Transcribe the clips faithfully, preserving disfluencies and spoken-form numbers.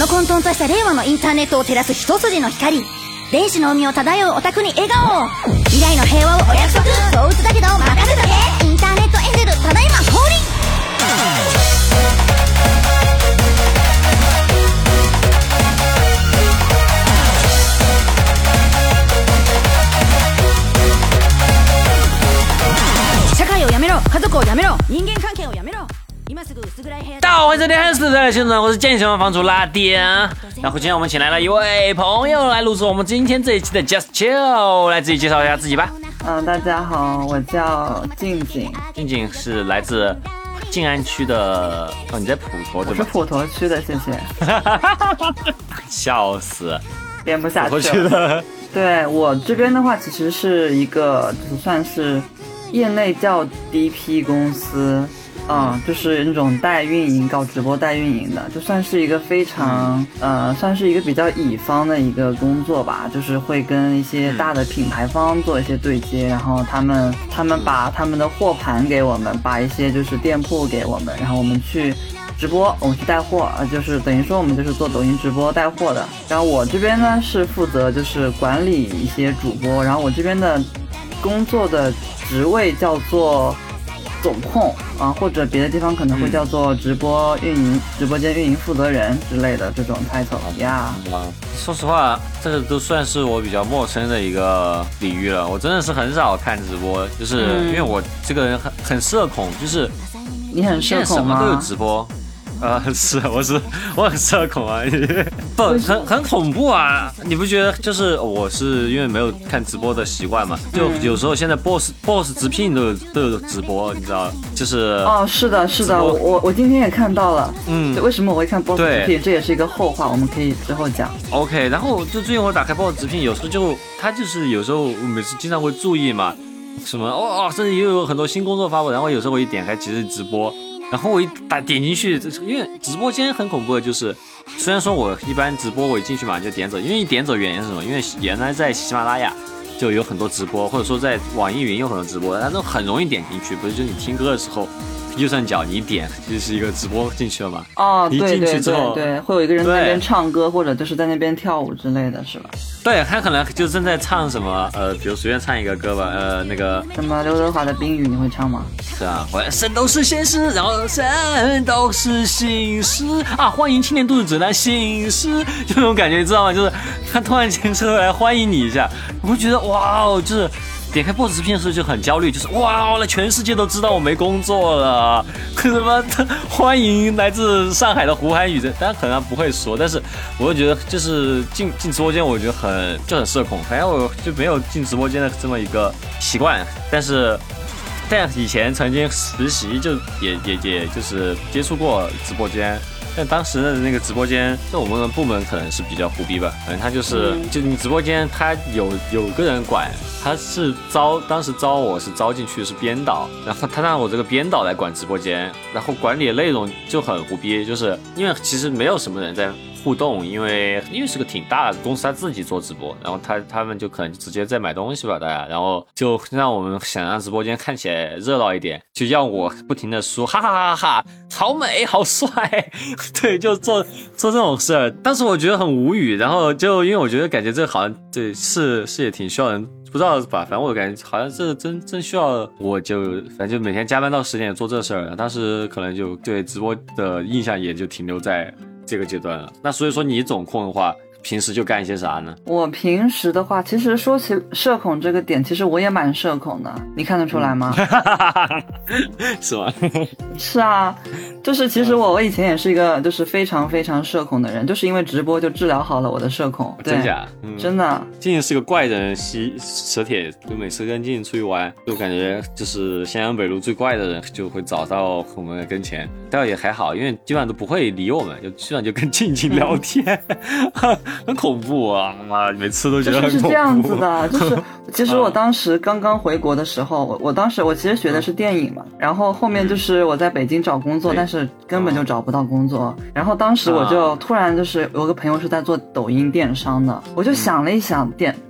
混沌とした令和のインターネットを照らす一筋の光、電子の海を漂うオタクに笑顔を、未来の平和をお約束、そう打つだけど任せとけ。インターネットエンジェルただいま降臨。社会をやめろ、家族をやめろ、人間関係をやめろ。大家好，欢迎收听汉斯的现场，我是健身房房主拉点。然后今天我们请来了一位朋友来录制我们今天这一期的 Just Chill， 来自己介绍一下自己吧。 嗯，大家好，我叫静静。 静静是来自静安区的，哦，你在普陀对吧？ 我是普陀区的，谢谢。 笑死， 编不下去了。对，我这边的话，其实是一个就是算是业内叫 D P 公司。嗯，就是那种代运营，搞直播代运营的，就算是一个非常呃，算是一个比较乙方的一个工作吧，就是会跟一些大的品牌方做一些对接，然后他们他们把他们的货盘给我们，把一些就是店铺给我们，然后我们去直播，我们去带货，呃，就是等于说我们就是做抖音直播带货的。然后我这边呢是负责就是管理一些主播，然后我这边的工作的职位叫做总控啊，或者别的地方可能会叫做直播运营、嗯、直播间运营负责人之类的这种 title 呀。 说实话，这个都算是我比较陌生的一个领域了。我真的是很少看直播，就是因为我这个人很很社恐，就是你很社恐吗？ 什么都有直播。呃，是，我是我很社恐啊，不，很很恐怖啊！你不觉得？就是我是因为没有看直播的习惯嘛，就有时候现在 boss boss 直聘都有都有直播，你知道？就是哦，是的，是的，我我我今天也看到了，嗯，为什么我会看 boss 直聘？这也是一个后话，我们可以之后讲。 OK， 然后就最近我打开 boss 直聘，有时候就他就是有时候我每次经常会注意嘛，什么哦哦，这里又有很多新工作发布，然后有时候我一点开其实直播。然后我一打点进去，因为直播间很恐怖的就是，虽然说我一般直播我一进去嘛就点走，因为一点走原因是什么？因为原来在喜马拉雅就有很多直播，或者说在网易云有很多直播，它都很容易点进去，不是就你听歌的时候。右上角你一点就是一个直播进去了嘛？ 哦， 一进去之后， 对对对对，会有一个人在那边唱歌，或者就是在那边跳舞之类的，是吧？ 对，他可能就正在唱什么，呃，比如随便唱一个歌吧，呃，那个什么刘德华的《冰雨》，你会唱吗？ 是啊，神都是现实，然后神都是心事啊，欢迎青年都市指南心事，就那种感觉，你知道吗？就是他突然间出来欢迎你一下，我会觉得哇哦，就是。点开 boss 直聘的时候就很焦虑，就是哇，了全世界都知道我没工作了，什么欢迎来自上海的胡涵宇，当然可能不会说，但是我就觉得就是进进直播间，我觉得很就很社恐，反正我就没有进直播间的这么一个习惯，但是但以前曾经实习就也也也就是接触过直播间。但当时的那个直播间，就我们的部门可能是比较胡逼吧，反正他就是，嗯、就你直播间他有有个人管，他是招，当时招我是招进去是编导，然后他让我这个编导来管直播间，然后管理的内容就很胡逼，就是因为其实没有什么人在互动，因为因为是个挺大的公司，他自己做直播，然后他他们就可能直接在买东西吧，大家，然后就让我们想让直播间看起来热闹一点，就要我不停的说哈哈哈哈，好美好帅，对，就做做这种事儿。当时我觉得很无语，然后就因为我觉得感觉这好像对是是也挺需要人。不知道吧，反正我感觉好像这真真需要，我就反正就每天加班到十点做这事儿。当时可能就对直播的印象也就停留在这个阶段了。那所以说你总控的话，平时就干一些啥呢？ 我平时的话，其实说起社恐这个点，其实我也蛮社恐的，你看得出来吗？ 是吗？ 是啊，就是其实我我以前也是一个就是非常非常社恐的人，就是因为直播就治疗好了我的社恐。对， 真假？ 嗯、真的。 静静是个怪人，吸蛇铁，就每次跟静静出去玩，就感觉就是襄阳北路最怪的人就会找到我们跟前，但也还好，因为基本上都不会理我们，就基本上就跟静静聊天。嗯很恐怖啊！每次都觉得很恐怖。 就是这样子的，就是其实我当时刚刚回国的时候，我我当时我其实学的是电影嘛，然后后面就是我在北京找工作，但是根本就找不到工作。然后当时我就突然就是有个朋友是在做抖音电商的，我就想了一想，电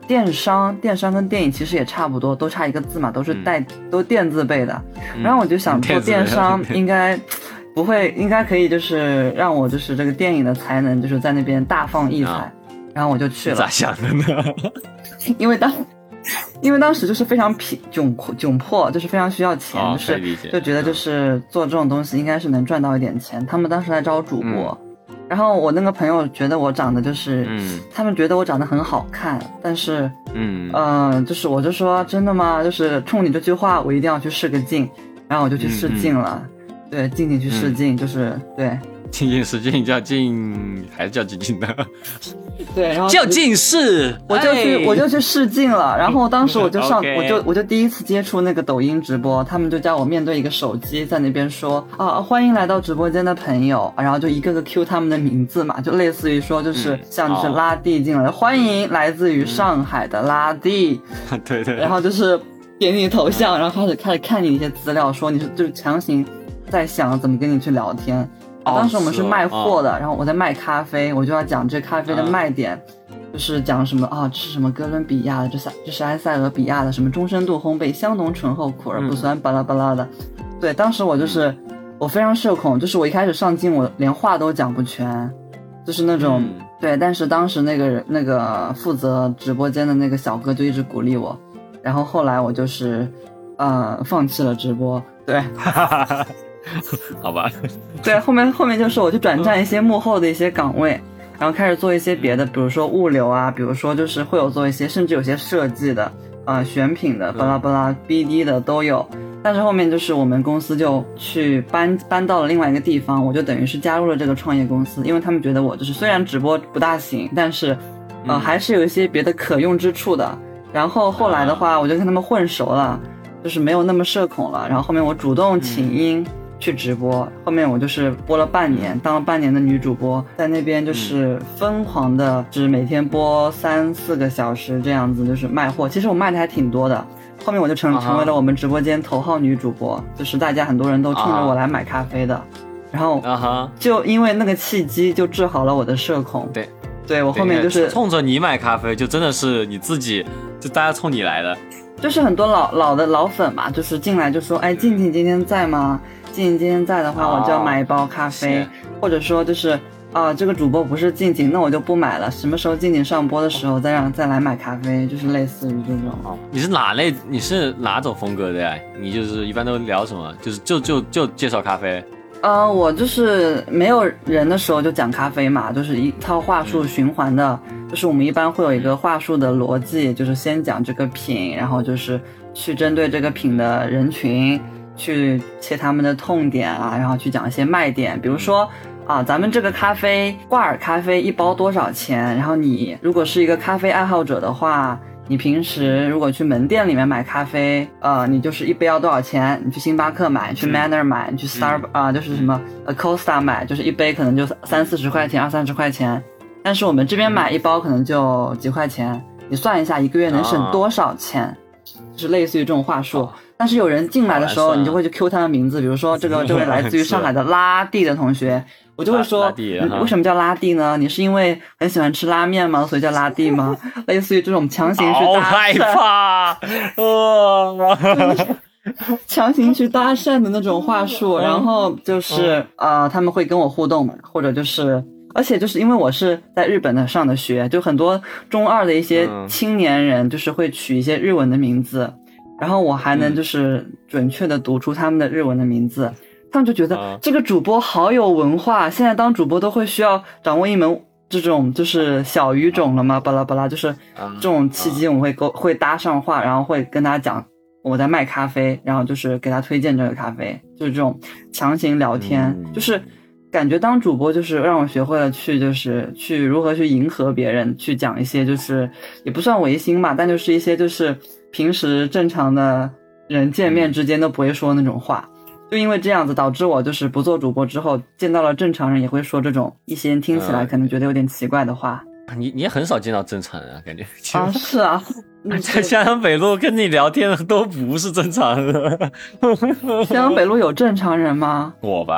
电商，电商跟电影其实也差不多，都差一个字嘛，都是带、嗯、都电字辈的。然后我就想做电商，应该不会，应该可以，就是让我就是这个电影的才能就是在那边大放异彩。啊、然后我就去了。 咋想的呢？ 因为当。因为当时就是非常贫窘窘迫，就是非常需要钱， 哦、 就是就觉得就是做这种东西应该是能赚到一点钱。他们当时来找主播、嗯，然后我那个朋友觉得我长得就是，嗯，他们觉得我长得很好看，但是，嗯，呃，就是我就说真的吗？就是冲你这句话，我一定要去试个镜，然后我就去试镜了，嗯、对，静静去试镜、嗯，就是对， 静静试镜叫静还是叫静静的？ 对，然后叫近视， 我就去、哎、我就去试镜了。然后当时我就上， okay. 我就我就第一次接触那个抖音直播，他们就叫我面对一个手机在那边说啊，欢迎来到直播间的朋友，然后就一个个 Q 他们的名字嘛，就类似于说就是像就是拉蒂进来、嗯，欢迎来自于上海的拉蒂， 嗯、对对， 然后就是点你头像，然后开始开始看你一些资料，说你是就是强行在想怎么跟你去聊天。当时我们是卖货的、哦哦、然后我在卖咖啡，我就要讲这咖啡的卖点、嗯、就是讲什么啊，这是什么哥伦比亚的，这是这是埃塞俄比亚的什么终身度烘焙，香浓醇厚苦而不酸、嗯、巴拉巴拉的。对，当时我就是、嗯、我非常社恐，就是我一开始上镜我连话都讲不全，就是那种、嗯、对，但是当时那个那个负责直播间的那个小哥就一直鼓励我，然后后来我就是呃放弃了直播。对好吧， 对，后面后面就是我就转战一些幕后的一些岗位，然后开始做一些别的，比如说物流啊，比如说就是会有做一些，甚至有些设计的，呃，选品的，巴拉巴拉 B D 的都有。但是后面就是我们公司就去搬搬到了另外一个地方，我就等于是加入了这个创业公司，因为他们觉得我就是虽然直播不大行，但是呃还是有一些别的可用之处的。然后后来的话，我就跟他们混熟了，就是没有那么社恐了。然后后面我主动请缨。去直播，后面我就是播了半年，当了半年的女主播，在那边就是疯狂的，就是每天播三四个小时这样子，就是卖货。其实我卖的还挺多的。后面我就成成为了我们直播间头号女主播，就是大家很多人都冲着我来买咖啡的。然后就因为那个契机，就治好了我的社恐。 对， 对我后面就是冲着你买咖啡，就真的是你自己，就大家冲你来的。 就是很多老老的老粉嘛，就是进来就说，哎，静静今天在吗？静静今天在的话，我就要买一包咖啡，哦、或者说就是啊、呃，这个主播不是静静，那我就不买了。什么时候静静上播的时候再让再来买咖啡，就是类似于这种。 哦，你是哪类？你是哪种风格的呀？你就是一般都聊什么？就是就就就介绍咖啡。 呃，我就是没有人的时候就讲咖啡嘛，就是一套话术循环的，嗯、就是我们一般会有一个话术的逻辑，就是先讲这个品，然后就是去针对这个品的人群。去切他们的痛点啊，然后去讲一些卖点，比如说啊，咱们这个咖啡挂耳咖啡一包多少钱？然后你如果是一个咖啡爱好者的话，你平时如果去门店里面买咖啡，呃，你就是一杯要多少钱？你去星巴克买，你去 Manner 买，你去 Star 啊、呃，就是什么 Acosta 买，就是一杯可能就三四十块钱，二三十块钱。但是我们这边买一包可能就几块钱，你算一下一个月能省多少钱？就是类似于这种话术。但是有人进来的时候，你就会去 Q 他的名字，比如说这个这位来自于上海的拉蒂的同学，我就会说，为什么叫拉蒂呢？你是因为很喜欢吃拉面吗？所以叫拉蒂吗？类似于这种强行去搭讪， 好害怕， 强行去搭讪的那种话术，然后就是呃他们会跟我互动嘛，或者就是。而且就是因为我是在日本的上的学，就很多中二的一些青年人就是会取一些日文的名字。然后我还能就是准确的读出他们的日文的名字，嗯、他们就觉得这个主播好有文化，现在当主播都会需要掌握一门这种就是小语种了吗？巴拉巴拉，就是这种契机我们会勾会搭上话，然后会跟他讲我在卖咖啡，然后就是给他推荐这个咖啡，就是这种强行聊天，嗯、就是感觉当主播就是让我学会了去就是去如何去迎合别人，去讲一些就是也不算违心吧，但就是一些就是平时正常的人见面之间都不会说那种话，就因为这样子导致我就是不做主播之后，见到了正常人也会说这种一些人听起来可能觉得有点奇怪的话。 嗯、你你也很少见到正常人啊，感觉啊是啊， 在襄阳北路跟你聊天的都不是正常人。 襄阳北路有正常人吗？ 我吧。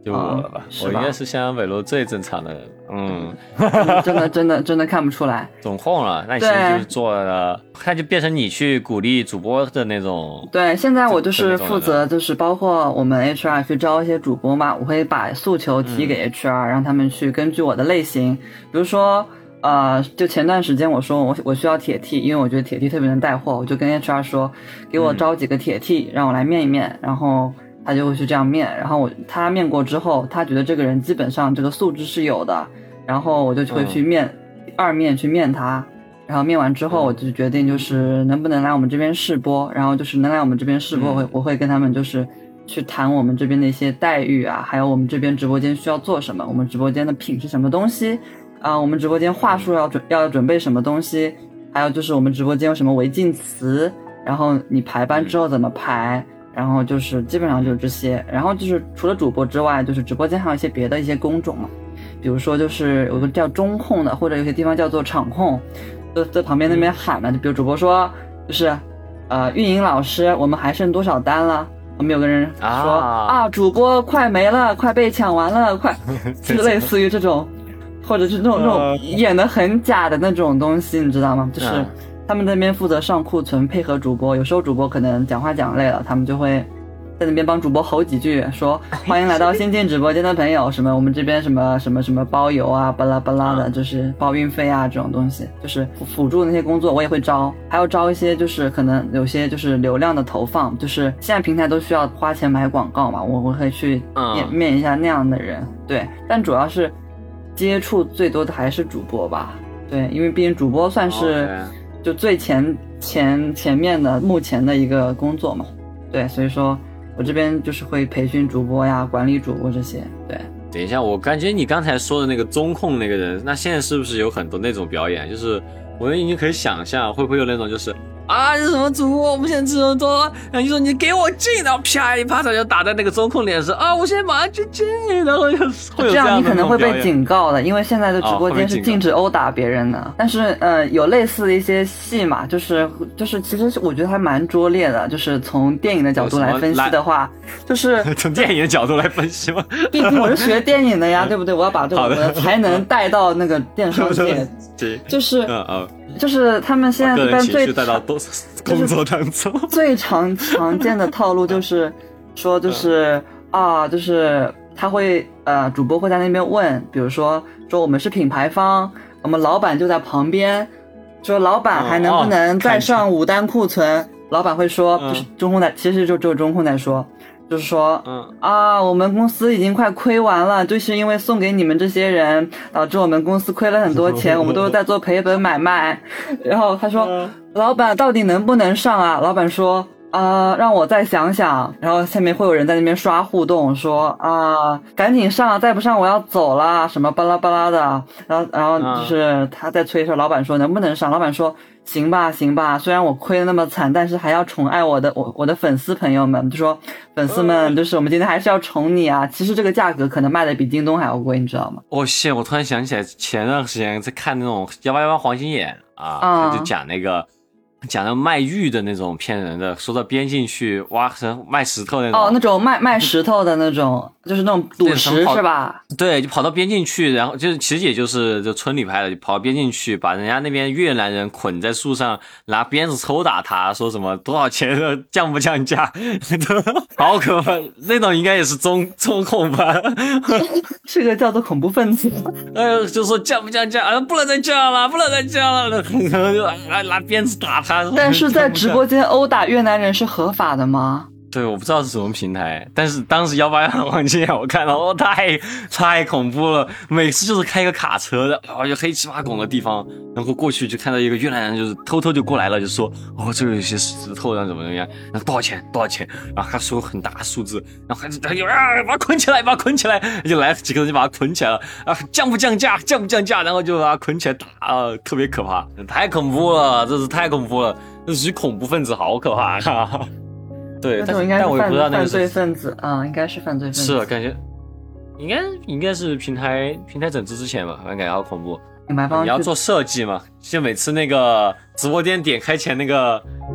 就我了吧，嗯、我应该是湘北路最正常的人。嗯， 真的真的真的看不出来， 总控了，那你现在就是做了，那就变成你去鼓励主播的那种。 对，现在我就是负责，就是包括我们 H R 去招一些主播嘛，我会把诉求提给 H R，、嗯、让他们去根据我的类型，比如说。呃，就前段时间我说我我需要铁 T， 因为我觉得铁 T 特别能带货，我就跟 H R 说，给我招几个铁 T，、嗯、让我来面一面，然后他就会去这样面，然后我他面过之后，他觉得这个人基本上这个素质是有的，然后我就会去面、嗯、二面去面他，然后面完之后我就决定就是能不能来我们这边试播，然后就是能来我们这边试播，我会、嗯、我会跟他们就是去谈我们这边的一些待遇啊，还有我们这边直播间需要做什么，我们直播间的品是什么东西。啊、呃，我们直播间话术要准要准备什么东西，还有就是我们直播间有什么违禁词，然后你排班之后怎么排，然后就是基本上就是这些，然后就是除了主播之外，就是直播间还有一些别的一些工种嘛，比如说就是有个叫中控的，或者有些地方叫做场控，就在旁边那边喊嘛，就比如主播说就是呃运营老师，我们还剩多少单了？我们有个人说 啊, 啊主播快没了，快被抢完了，快，就是类似于这种。或者是那种那种演得很假的那种东西，你知道吗？就是他们那边负责上库存，配合主播。有时候主播可能讲话讲累了，他们就会在那边帮主播吼几句，说欢迎来到新进直播间的朋友，什么我们这边什么什么什么包邮啊，巴拉巴拉的，就是包运费啊这种东西，就是辅助那些工作我也会招，还要招一些就是可能有些就是流量的投放，就是现在平台都需要花钱买广告嘛，我我会去面面一下那样的人，对，但主要是。接触最多的还是主播吧，对，因为毕竟主播算是就最前前前面的目前的一个工作嘛，对，所以说我这边就是会培训主播呀，管理主播这些，对。 等一下，我感觉你刚才说的那个中控那个人，那现在是不是有很多那种表演？就是我们已经可以想象，会不会有那种就是啊，这什么主播，我们现在这么多，然后你说你给我进，然后啪一巴掌就打在那个中控脸上啊，我现在马上就进，然后就会有这样的那种表演。这样你可能会被警告的，因为现在的直播间是禁止殴打别人的。哦、但是呃，有类似的一些戏嘛，就是就是其实我觉得还蛮拙劣的，就是从电影的角度来分析的话，就是从电影的角度来分析吗？ 毕竟我是学电影的呀，对不对？我要把这个我的才能带到那个电商界，就是嗯嗯。就是他们现在一般最带到工作当中、就是、 最常常见的套路就是说就是啊就是他会呃主播会在那边问，比如说说我们是品牌方，我们老板就在旁边，说老板还能不能再上五单库存、哦、老板会说就是中控在、嗯、其实就只有中控在说就是说，嗯啊，我们公司已经快亏完了，就是因为送给你们这些人，导致我们公司亏了很多钱，我们都是在做赔本买卖。然后他说，嗯、老板到底能不能上啊？老板说，啊、呃，让我再想想。然后下面会有人在那边刷互动，说啊、呃，赶紧上，再不上我要走了，什么巴拉巴拉的。然后，然后就是他在催说，老板说能不能上？老板说。行吧行吧，虽然我亏得那么惨，但是还要宠爱我的我我的粉丝朋友们，就说粉丝们就是我们今天还是要宠你啊。其实这个价格可能卖的比京东还要贵，你知道吗？ 哦，谢，我突然想起来，前段时间在看那种幺八幺八黄金眼啊，嗯、他就讲那个讲那卖玉的那种骗人的，说到边境去挖卖石头那种。 哦，那种卖卖石头的那种，就是那种赌石是吧？ 对，就跑到边境去，然后就是其实也就是就村里拍的，就跑到边境去，把人家那边越南人捆在树上，拿鞭子抽打他，说什么多少钱降不降价，好可怕！那种应该也是中中控吧？ 这个叫做恐怖分子。 哎呦，就说降不降价啊，不能再降了，不能再降了，然后就拿拿鞭子打他。 但是在直播间殴打越南人是合法的吗？ 对，我不知道是什么平台，但是当时幺八幺黄金眼我看到，哦，太太恐怖了。每次就是开个卡车的，然后就黑漆麻拱的地方，然后过去就看到一个越南人，就是偷偷就过来了，就说哦，这个有些石头，然后怎么怎么样，然后多少钱多少钱，然后他说很大数字，然后他就啊把他捆起来，把他捆起来，就来几个人就把他捆起来了啊，降不降价，降不降价，然后就把他捆起来打啊，特别可怕，太恐怖了，这是太恐怖了，这是恐怖分子，好可怕啊！对，但是应该是但我也不知道那个犯罪分子啊、嗯，应该是犯罪分子。 是，感觉应该应该是平台平台整治之前吧，感觉好恐怖。 品牌方你要做设计嘛，就每次那个直播间点开前那个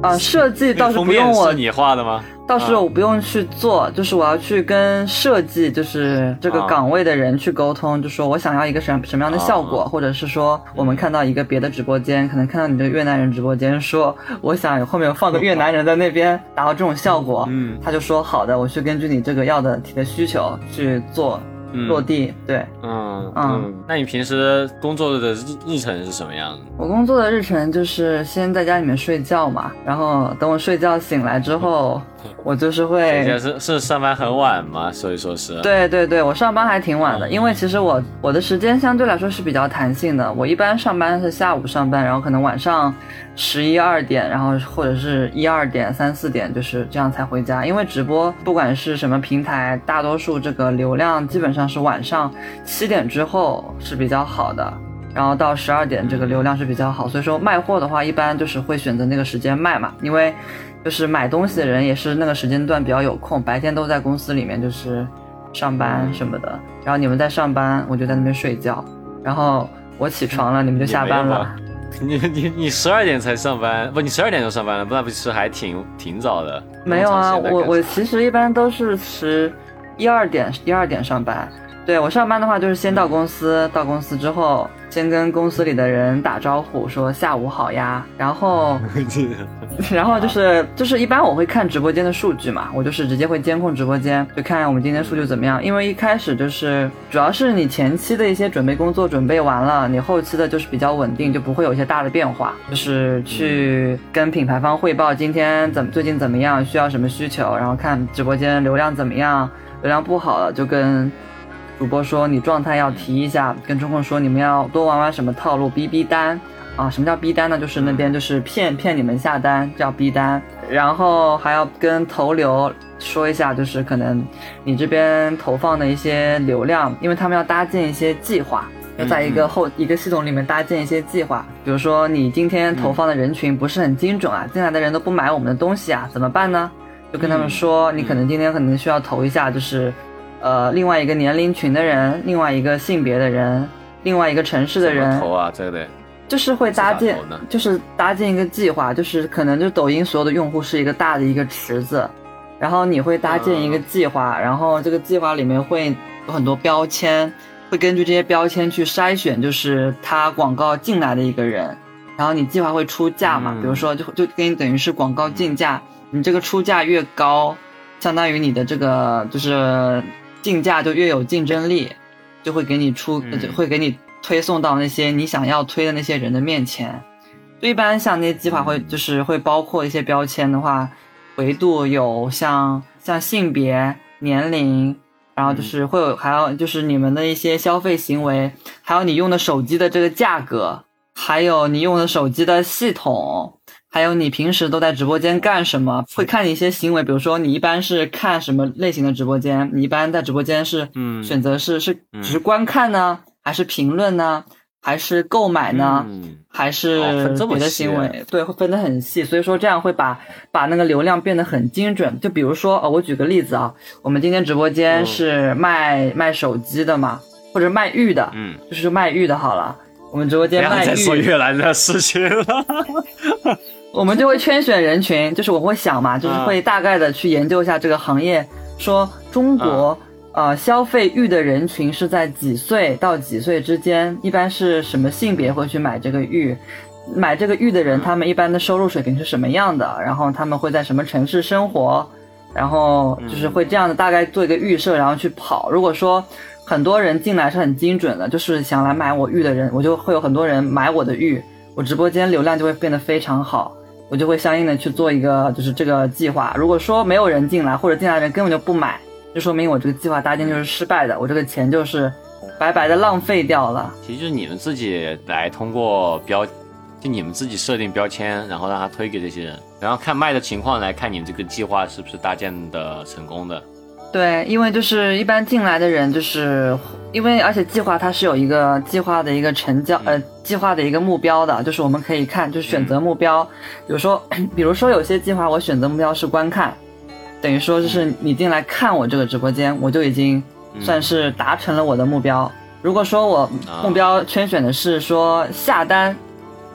啊，设计倒是不用我， 是你画的吗？ 倒是我不用去做，嗯、就是我要去跟设计，就是这个岗位的人去沟通，啊、就说我想要一个什什么样的效果，啊、或者是说我们看到一个别的直播间，嗯、可能看到你这个越南人直播间，说我想后面放个越南人在那边达到这种效果，嗯，他就说好的，我去根据你这个要的题的需求去做。落地，嗯、对， 嗯嗯，那你平时工作的日日程是什么样的？ 我工作的日程就是先在家里面睡觉嘛，然后等我睡觉醒来之后，我就是会是是上班很晚嘛，所以说是对对对，我上班还挺晚的，嗯、因为其实我我的时间相对来说是比较弹性的，我一般上班是下午上班，然后可能晚上十一二点，然后或者是一二点三四点就是这样才回家，因为直播不管是什么平台，大多数这个流量基本上是晚上七点之后是比较好的，然后到十二点这个流量是比较好，所以说卖货的话一般就是会选择那个时间卖嘛，因为就是买东西的人也是那个时间段比较有空，白天都在公司里面就是上班什么的，然后你们在上班，我就在那边睡觉，然后我起床了，你们就下班了。 你你你十二点才上班，不，你十二点就上班了，不然不是还挺挺早的？ 没有啊，我我其实一般都是十一二点一二点上班。对，我上班的话就是先到公司，到公司之后先跟公司里的人打招呼，说下午好呀，然后然后就是就是一般我会看直播间的数据嘛，我就是直接会监控直播间，就看我们今天数据怎么样，因为一开始就是主要是你前期的一些准备工作准备完了，你后期的就是比较稳定，就不会有一些大的变化，就是去跟品牌方汇报今天怎么最近怎么样，需要什么需求，然后看直播间流量怎么样，流量不好了就跟主播说你状态要提一下，跟中控说你们要多玩玩什么套路，逼逼单啊，什么叫逼单呢？就是那边就是骗骗你们下单叫逼单，然后还要跟投流说一下，就是可能你这边投放的一些流量，因为他们要搭建一些计划，要在一个后一个系统里面搭建一些计划，比如说你今天投放的人群不是很精准啊，进来的人都不买我们的东西啊，怎么办呢？就跟他们说你可能今天可能需要投一下，就是呃，另外一个年龄群的人，另外一个性别的人，另外一个城市的人， 怎么投啊？这个得就是会搭建，就是搭建一个计划，就是可能就抖音所有的用户是一个大的一个池子，然后你会搭建一个计划，嗯、然后这个计划里面会有很多标签，会根据这些标签去筛选，就是他广告进来的一个人，然后你计划会出价嘛，嗯、比如说就就跟你等于是广告竞价，你这个出价越高，相当于你的这个就是竞价就越有竞争力，就会给你出、嗯、会给你推送到那些你想要推的那些人的面前。就一般像那些计划会就是会包括一些标签的话，维度有像像性别、年龄，然后就是会有还有就是你们的一些消费行为，还有你用的手机的这个价格，还有你用的手机的系统，还有你平时都在直播间干什么，会看你一些行为，比如说你一般是看什么类型的直播间，你一般在直播间是选择是、嗯、是只是观看呢、嗯、还是评论呢，还是购买呢、嗯、还是别的行为、哦、对，会分得很细，所以说这样会把把那个流量变得很精准。就比如说、哦、我举个例子啊，我们今天直播间是卖、哦、卖手机的嘛，或者卖玉的，嗯，就是卖玉的好了，我们直播间卖玉，不要再说越南的事情了我们就会圈选人群，就是我会想嘛，就是会大概的去研究一下这个行业，说中国、嗯、呃消费玉的人群是在几岁到几岁之间，一般是什么性别会去买这个玉，买这个玉的人他们一般的收入水平是什么样的，然后他们会在什么城市生活，然后就是会这样的大概做一个预设，然后去跑。如果说很多人进来是很精准的，就是想来买我玉的人，我就会有很多人买我的玉，我直播间流量就会变得非常好，我就会相应的去做一个就是这个计划。如果说没有人进来，或者进来的人根本就不买，就说明我这个计划搭建就是失败的，我这个钱就是白白的浪费掉了。 其实就是你们自己来通过标就你们自己设定标签，然后让他推给这些人，然后看卖的情况来看你们这个计划是不是搭建的成功的。 对，因为就是一般进来的人，就是因为而且计划它是有一个计划的一个成交、嗯、呃计划的一个目标的，就是我们可以看就是选择目标、嗯、比如说比如说有些计划我选择目标是观看，等于说就是你进来看我这个直播间，我就已经算是达成了我的目标、嗯、如果说我目标圈选的是说下单，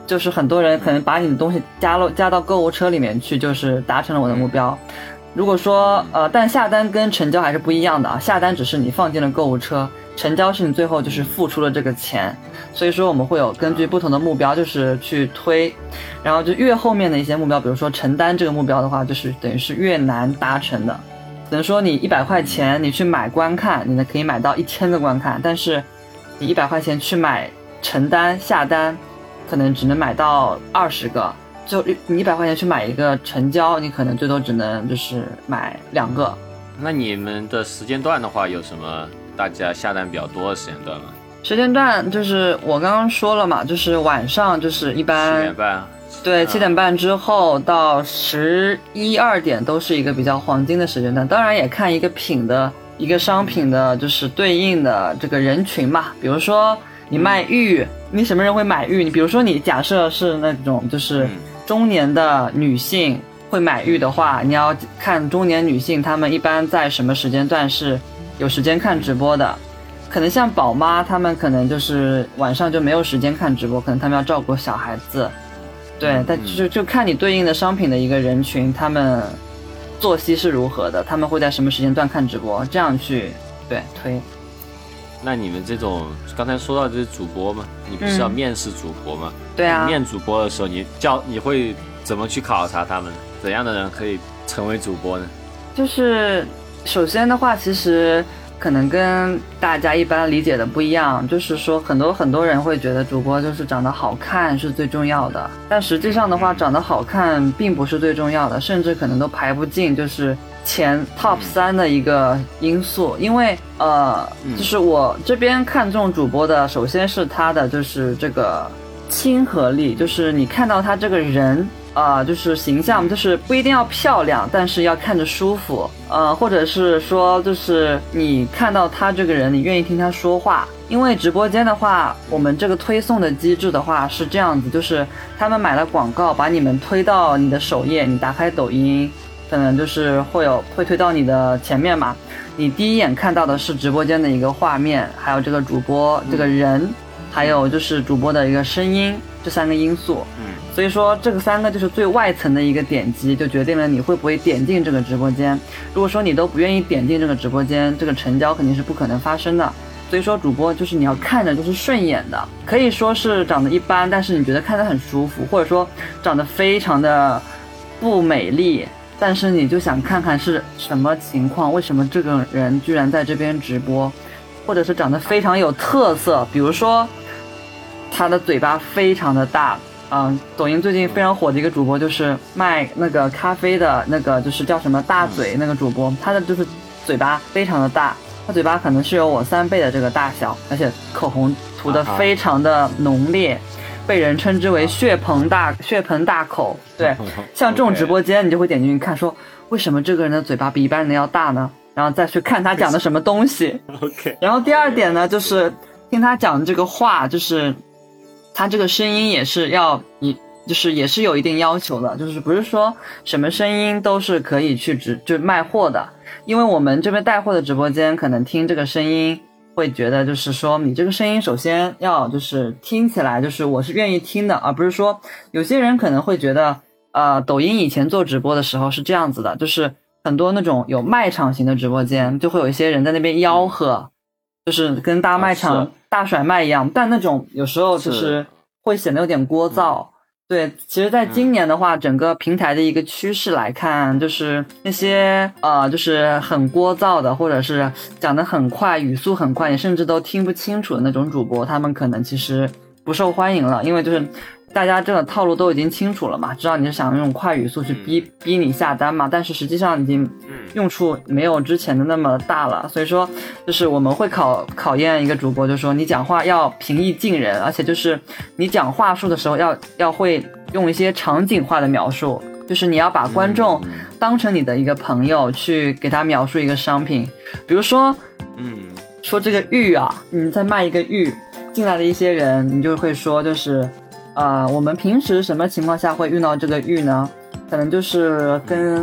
就是很多人可能把你的东西加入加到购物车里面去，就是达成了我的目标。如果说呃，但下单跟成交还是不一样的啊，下单只是你放进了购物车，成交是你最后就是付出了这个钱。所以说我们会有根据不同的目标就是去推，然后就越后面的一些目标，比如说成单这个目标的话，就是等于是越难达成的。可能说你一百块钱你去买观看，你呢可以买到一千个观看，但是你一百块钱去买成单下单，可能只能买到二十个。就你一百块钱去买一个成交，你可能最多只能就是买两个。 那你们的时间段的话，有什么大家下单比较多的时间段吗？ 时间段就是我刚刚说了嘛，就是晚上就是一般七点半， 对，七点半之后到十一二点都是一个比较黄金的时间段。当然也看一个品的一个商品的就是对应的这个人群嘛，比如说你卖玉，你什么人会买玉？你比如说你假设是那种就是中年的女性会买玉的话，你要看中年女性她们一般在什么时间段是有时间看直播的。可能像宝妈她们可能就是晚上就没有时间看直播，可能她们要照顾小孩子。对，但就就看你对应的商品的一个人群，他们作息是如何的，他们会在什么时间段看直播，这样去对推。 那你们这种刚才说到这些主播吗？你不是要面试主播吗？ 嗯、对啊。 面主播的时候，你叫你会怎么去考察他们？怎样的人可以成为主播呢？ 就是首先的话，其实可能跟大家一般理解的不一样，就是说很多很多人会觉得主播就是长得好看是最重要的，但实际上的话，长得好看并不是最重要的，甚至可能都排不进就是前 top 三的一个因素。因为呃，就是我这边看中主播的，首先是他的就是这个亲和力，就是你看到他这个人啊、呃，就是形象，就是不一定要漂亮，但是要看着舒服，呃，或者是说，就是你看到他这个人，你愿意听他说话。因为直播间的话，我们这个推送的机制的话是这样子，就是他们买了广告，把你们推到你的首页，你打开抖音，可能就是会有会推到你的前面嘛。你第一眼看到的是直播间的一个画面，还有这个主播这个人，还有就是主播的一个声音，这三个因素。嗯。所以说这个三个就是最外层的一个点击，就决定了你会不会点进这个直播间。如果说你都不愿意点进这个直播间，这个成交肯定是不可能发生的。所以说主播就是你要看着就是顺眼的，可以说是长得一般，但是你觉得看得很舒服，或者说长得非常的不美丽，但是你就想看看是什么情况，为什么这个人居然在这边直播，或者是长得非常有特色，比如说他的嘴巴非常的大。嗯，抖音最近非常火的一个主播就是卖那个咖啡的那个，就是叫什么大嘴那个主播，他的就是嘴巴非常的大，他嘴巴可能是有我三倍的这个大小，而且口红涂的非常的浓烈，被人称之为血盆大血盆大口。对，像这种直播间你就会点进去看，说为什么这个人的嘴巴比一般人要大呢？然后再去看他讲的什么东西。 OK。 然后第二点呢，就是听他讲这个话，就是他这个声音也是要你就是也是有一定要求的，就是不是说什么声音都是可以去直就卖货的。因为我们这边带货的直播间可能听这个声音会觉得就是说你这个声音首先要就是听起来就是我是愿意听的，而不是说有些人可能会觉得呃，抖音以前做直播的时候是这样子的，就是很多那种有卖场型的直播间就会有一些人在那边吆喝，就是跟大卖场大甩卖一样，但那种有时候就是会显得有点聒噪。对，其实在今年的话、嗯、整个平台的一个趋势来看，就是那些呃就是很聒噪的，或者是讲得很快语速很快你甚至都听不清楚的那种主播，他们可能其实不受欢迎了，因为就是大家这个套路都已经清楚了嘛，知道你是想用快语速去逼逼你下单嘛，但是实际上已经用处没有之前的那么大了。所以说就是我们会考考验一个主播，就是说你讲话要平易近人，而且就是你讲话术的时候要要会用一些场景化的描述，就是你要把观众当成你的一个朋友去给他描述一个商品。比如说嗯，说这个玉啊，你在卖一个玉，进来的一些人你就会说就是呃，我们平时什么情况下会遇到这个玉呢？可能就是跟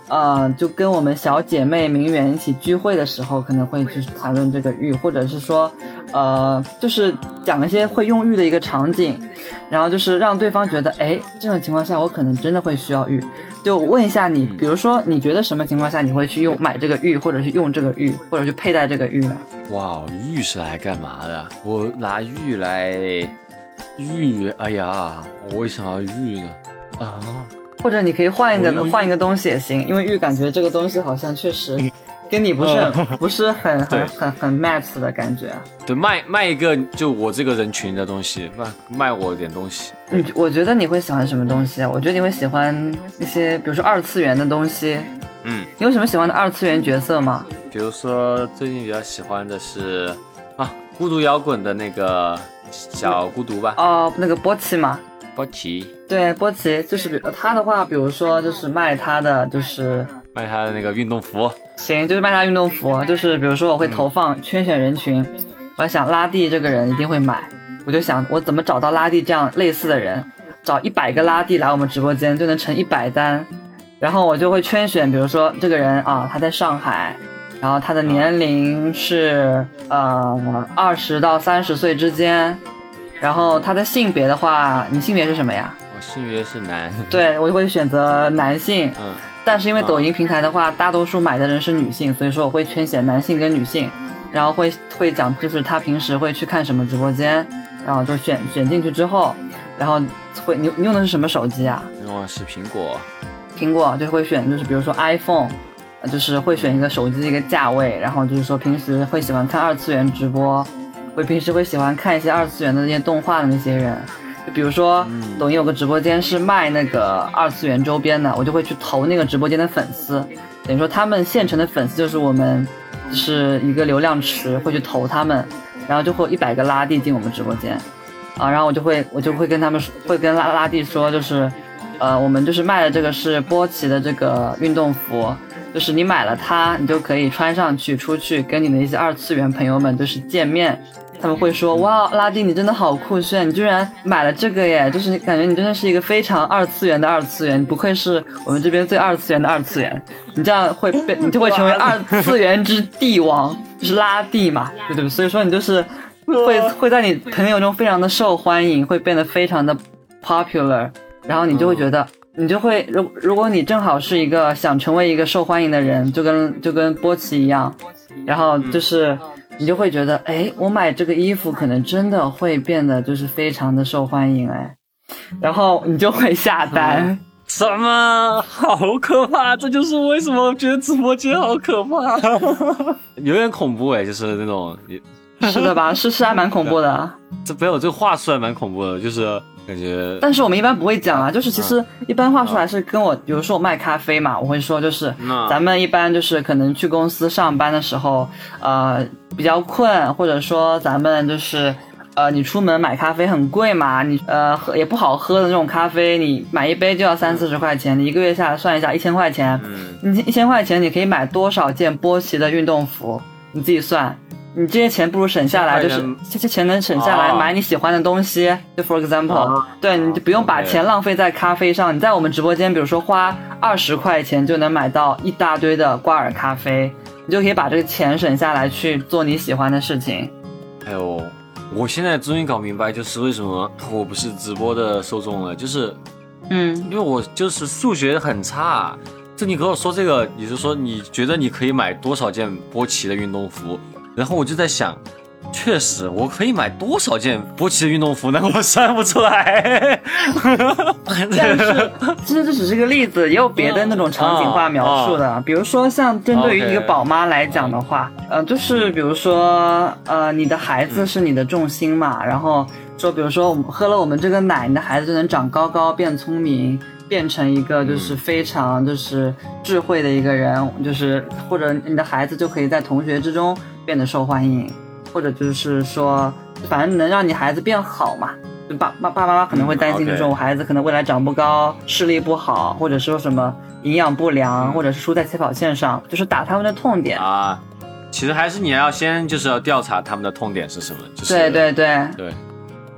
呃，就跟我们小姐妹名媛一起聚会的时候，可能会去谈论这个玉，或者是说，呃，就是讲一些会用玉的一个场景，然后就是让对方觉得，哎，这种情况下我可能真的会需要玉。就问一下你，比如说你觉得什么情况下你会去用买这个玉，或者是用这个玉，或者去佩戴这个玉呢？ 哇，玉是来干嘛的？我拿玉来，玉，哎呀，我为什么要玉呢？啊。 或者你可以换一个换一个东西也行，因为玉感觉这个东西好像确实跟你不是很、嗯、不是很很很很 match 的感觉。 对，卖卖一个就我这个人群的东西，卖卖我点东西。 你我觉得你会喜欢什么东西啊？我觉得你会喜欢一些比如说二次元的东西。 嗯， 你有什么喜欢的二次元角色吗？ 比如说最近比较喜欢的是啊，孤独摇滚的那个小孤独吧。 哦，那个波奇嘛。 波奇， 对，波奇就是比他的话，比如说就是卖他的就是卖他的那个运动服， 行，就是卖他运动服，就是比如说我会投放圈选人群，嗯、我想拉蒂这个人一定会买，我就想我怎么找到拉蒂这样类似的人，找一百个拉蒂来我们直播间就能成一百单，然后我就会圈选，比如说这个人啊，他在上海，然后他的年龄是呃二十到三十岁之间。然后他的性别的话，你性别是什么呀？ 我性别是男。 对，我就会选择男性。 嗯。 但是因为抖音平台的话，嗯、大多数买的人是女性，所以说我会圈选男性跟女性，然后会会讲就是他平时会去看什么直播间，然后就选选进去之后，然后会你你用的是什么手机啊？ 用的是苹果。 苹果就会选就是比如说 iPhone， 就是会选一个手机的一个价位，然后就是说平时会喜欢看二次元直播。我平时会喜欢看一些二次元的那些动画的那些人，就比如说、嗯、抖音有个直播间是卖那个二次元周边的，我就会去投那个直播间的粉丝，等于说他们现成的粉丝就是我们是一个流量池，会去投他们，然后就会有一百个拉蒂进我们直播间啊，然后我就会我就会跟他们会跟拉拉蒂说，就是呃我们就是卖的这个是波奇的这个运动服。就是你买了它，你就可以穿上去出去跟你的一些二次元朋友们就是见面，他们会说哇，拉蒂你真的好酷炫，你居然买了这个耶，就是感觉你真的是一个非常二次元的二次元，你不愧是我们这边最二次元的二次元，你这样会被你就会成为二次元之帝王，就是拉蒂嘛，对不对？所以说你就是会会在你朋友中非常的受欢迎，会变得非常的 popular， 然后你就会觉得。你就会，如如果你正好是一个想成为一个受欢迎的人，就跟就跟波奇一样，然后就是你就会觉得，哎，我买这个衣服可能真的会变得就是非常的受欢迎，哎，然后你就会下单。 什么？好可怕！这就是为什么我觉得直播间好可怕，有点恐怖哎，就是那种。 是的吧？是是还蛮恐怖的。 这没有这个话术还蛮恐怖的，就是感觉。 但是我们一般不会讲啊，就是其实一般话术还是跟我，比如说我卖咖啡嘛，我会说就是，咱们一般就是可能去公司上班的时候，呃，比较困，或者说咱们就是。呃，你出门买咖啡很贵嘛，你呃喝也不好喝的那种咖啡，你买一杯就要三四十块钱，你一个月下来算一下一千块钱，嗯，你一千块钱你可以买多少件波奇的运动服？你自己算，你这些钱不如省下来，就是这些钱能省下来买你喜欢的东西，就 for example，、哦、对，你就不用把钱浪费在咖啡上，你在我们直播间，比如说花二十块钱就能买到一大堆的挂耳咖啡，你就可以把这个钱省下来去做你喜欢的事情。 还有。我现在终于搞明白，就是为什么我不是直播的受众了，就是， 嗯， 因为我就是数学很差。就你跟我说这个，你是说你觉得你可以买多少件波奇的运动服？然后我就在想，确实我可以买多少件波奇的运动服呢？我算不出来。 但是其实这只是个例子，也有别的那种场景化描述的，哦哦、比如说像针对于一个宝妈来讲的话， okay. 呃，就是比如说呃，你的孩子是你的重心嘛，嗯、然后说比如说我们喝了我们这个奶，你的孩子就能长高高、变聪明，变成一个就是非常就是智慧的一个人，就是或者你的孩子就可以在同学之中变得受欢迎。或者就是说，反正能让你孩子变好嘛。就爸爸爸妈妈可能会担心，就是我孩子可能未来长不高，视力不好，或者说什么营养不良，或者是输在起跑线上，就是打他们的痛点啊。其实还是你要先就是要调查他们的痛点是什么。就是、 对对对对。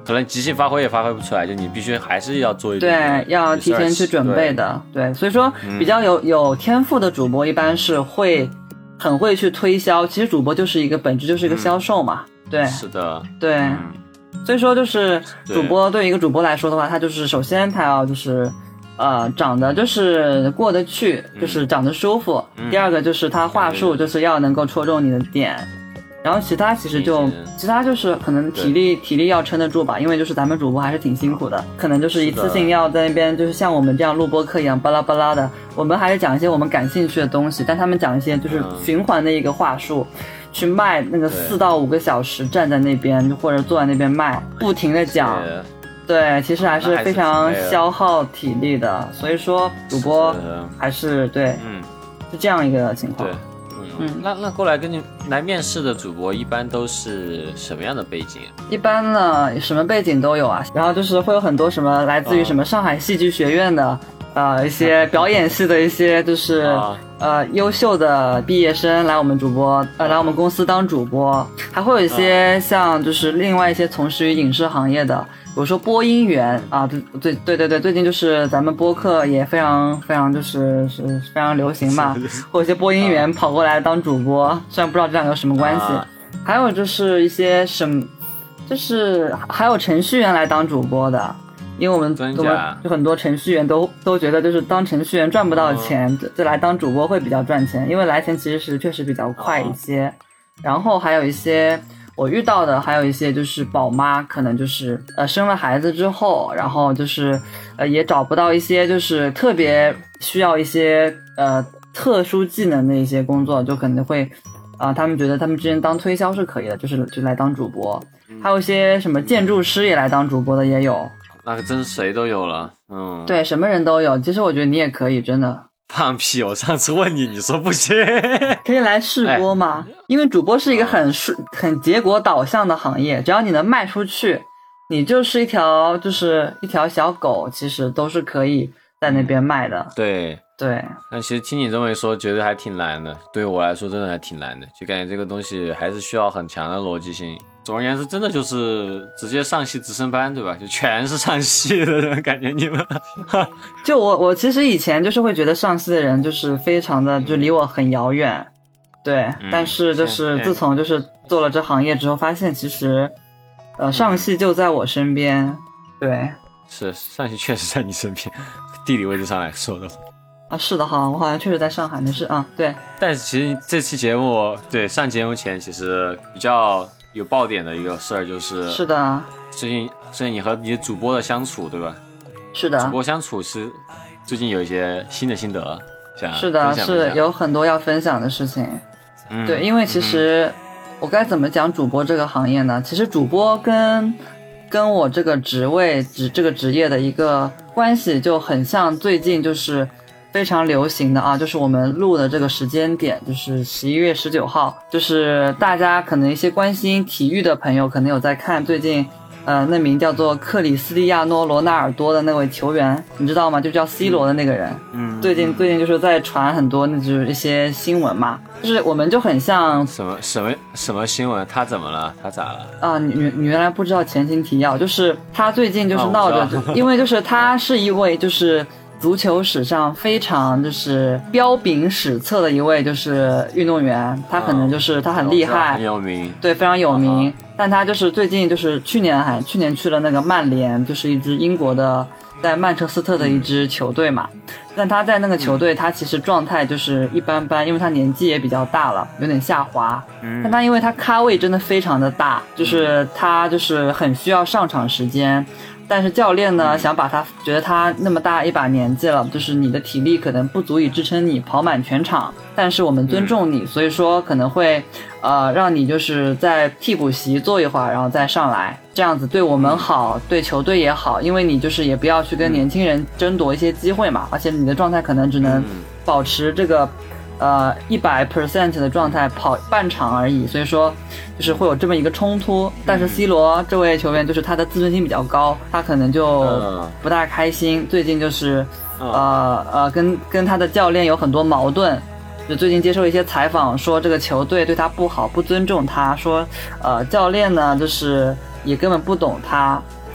可能即兴发挥也发挥不出来，就你必须还是要做一点， 对，要提前去准备的，对，对所以说比较有有天赋的主播一般是会很会去推销，其实主播就是一个本质就是一个销售嘛，嗯、对， 是的， 对。嗯所以说就是主播对一个主播来说的话，他就是首先他要就是呃长得就是过得去，就是长得舒服、嗯、第二个就是他话术就是要能够戳中你的点，然后其他其实就其他就是可能体力体力要撑得住吧，因为就是咱们主播还是挺辛苦的，可能就是一次性要在那边就是像我们这样录播课一样巴拉巴拉的，我们还是讲一些我们感兴趣的东西，但他们讲一些就是循环的一个话术、嗯去卖那个四到五个小时站在那边或者坐在那边卖，不停的讲，对，其实还是非常消耗体力的，所以说主播还是对，嗯，是这样一个情况。 对，嗯，嗯那那过来跟你来面试的主播一般都是什么样的背景？ 一般呢，什么背景都有啊，然后就是会有很多什么来自于什么上海戏剧学院的。呃，一些表演系的一些就是、啊、呃优秀的毕业生来我们主播呃来我们公司当主播，还会有一些像就是另外一些从事于影视行业的，比如说播音员啊，对对对对对，最近就是咱们播客也非常非常就是是非常流行嘛，会有一些播音员跑过来当主播，虽然不知道这两个有什么关系，啊、还有就是一些什么，就是还有程序员来当主播的。因为我们我们就很多程序员都都觉得就是当程序员赚不到钱，就、嗯、来当主播会比较赚钱，因为来钱其实是确实比较快一些。嗯、然后还有一些我遇到的，还有一些就是宝妈，可能就是呃生了孩子之后，然后就是呃也找不到一些就是特别需要一些呃特殊技能的一些工作，就可能会啊、呃、他们觉得他们之前当推销是可以的，就是就来当主播。还有一些什么建筑师也来当主播的也有。 那个真是谁都有了，嗯， 对，什么人都有。其实我觉得你也可以，真的。 放屁！我上次问你，你说不行， 可以来试播吗？哎、因为主播是一个很很结果导向的行业，只要你能卖出去，你就是一条就是一条小狗，其实都是可以在那边卖的。 对对。 但其实听你这么一说，觉得还挺难的。对于我来说，真的还挺难的，就感觉这个东西还是需要很强的逻辑性。总而言之，真的就是直接上戏直升班，对吧？就全是上戏的人，感觉你们。 就我，我其实以前就是会觉得上戏的人就是非常的就离我很遥远，对。嗯、但是就是自从就是做了这行业之后，发现其实，呃，上戏就在我身边，嗯、对。 是上戏确实在你身边，地理位置上来说的话。 啊，是的哈，我好像确实在上海，没事啊，对。 但是其实这期节目，对上节目前其实比较。有爆点的一个事儿就是是的， 最近最近你和你的主播的相处，对吧？ 是的， 主播相处是最近有一些新的心得，想是的，是有很多要分享的事情。嗯，对，因为其实、嗯、我该怎么讲主播这个行业呢？其实主播跟跟我这个职位职这个职业的一个关系就很像，最近就是非常流行的啊，就是我们录的这个时间点，就是十一月十九号，就是大家可能一些关心体育的朋友可能有在看最近，呃，那名叫做克里斯蒂亚诺·罗纳尔多的那位球员，你知道吗？就叫 C 罗的那个人。嗯，最近最近就是在传很多那就是一些新闻嘛，就是我们就很像什么什么什么新闻？他怎么了？他咋了？ 啊，你你原来不知道前情提要，就是他最近就是闹着、啊，因为就是他是一位就是足球史上非常就是彪炳史册的一位就是运动员，他可能就是他很厉害， 很有名， 对，非常有名。但他就是最近就是去年还去年去了那个曼联，就是一支英国的在曼彻斯特的一支球队嘛。但他在那个球队，他其实状态就是一般般，因为他年纪也比较大了，有点下滑。但他因为他咖位真的非常的大，就是他就是很需要上场时间。但是教练呢，想把他觉得他那么大一把年纪了，就是你的体力可能不足以支撑你跑满全场，但是我们尊重你，所以说可能会呃让你就是在替补席坐一会儿，然后再上来，这样子对我们好，对球队也好，因为你就是也不要去跟年轻人争夺一些机会嘛，而且你的状态可能只能保持这个呃一百 percent 的状态跑半场而已，所以说就是会有这么一个冲突。但是 C 罗这位球员就是他的自尊心比较高，他可能就不大开心，最近就是呃呃跟跟他的教练有很多矛盾，就最近接受一些采访说这个球队对他不好，不尊重他，说呃教练呢就是也根本不懂他，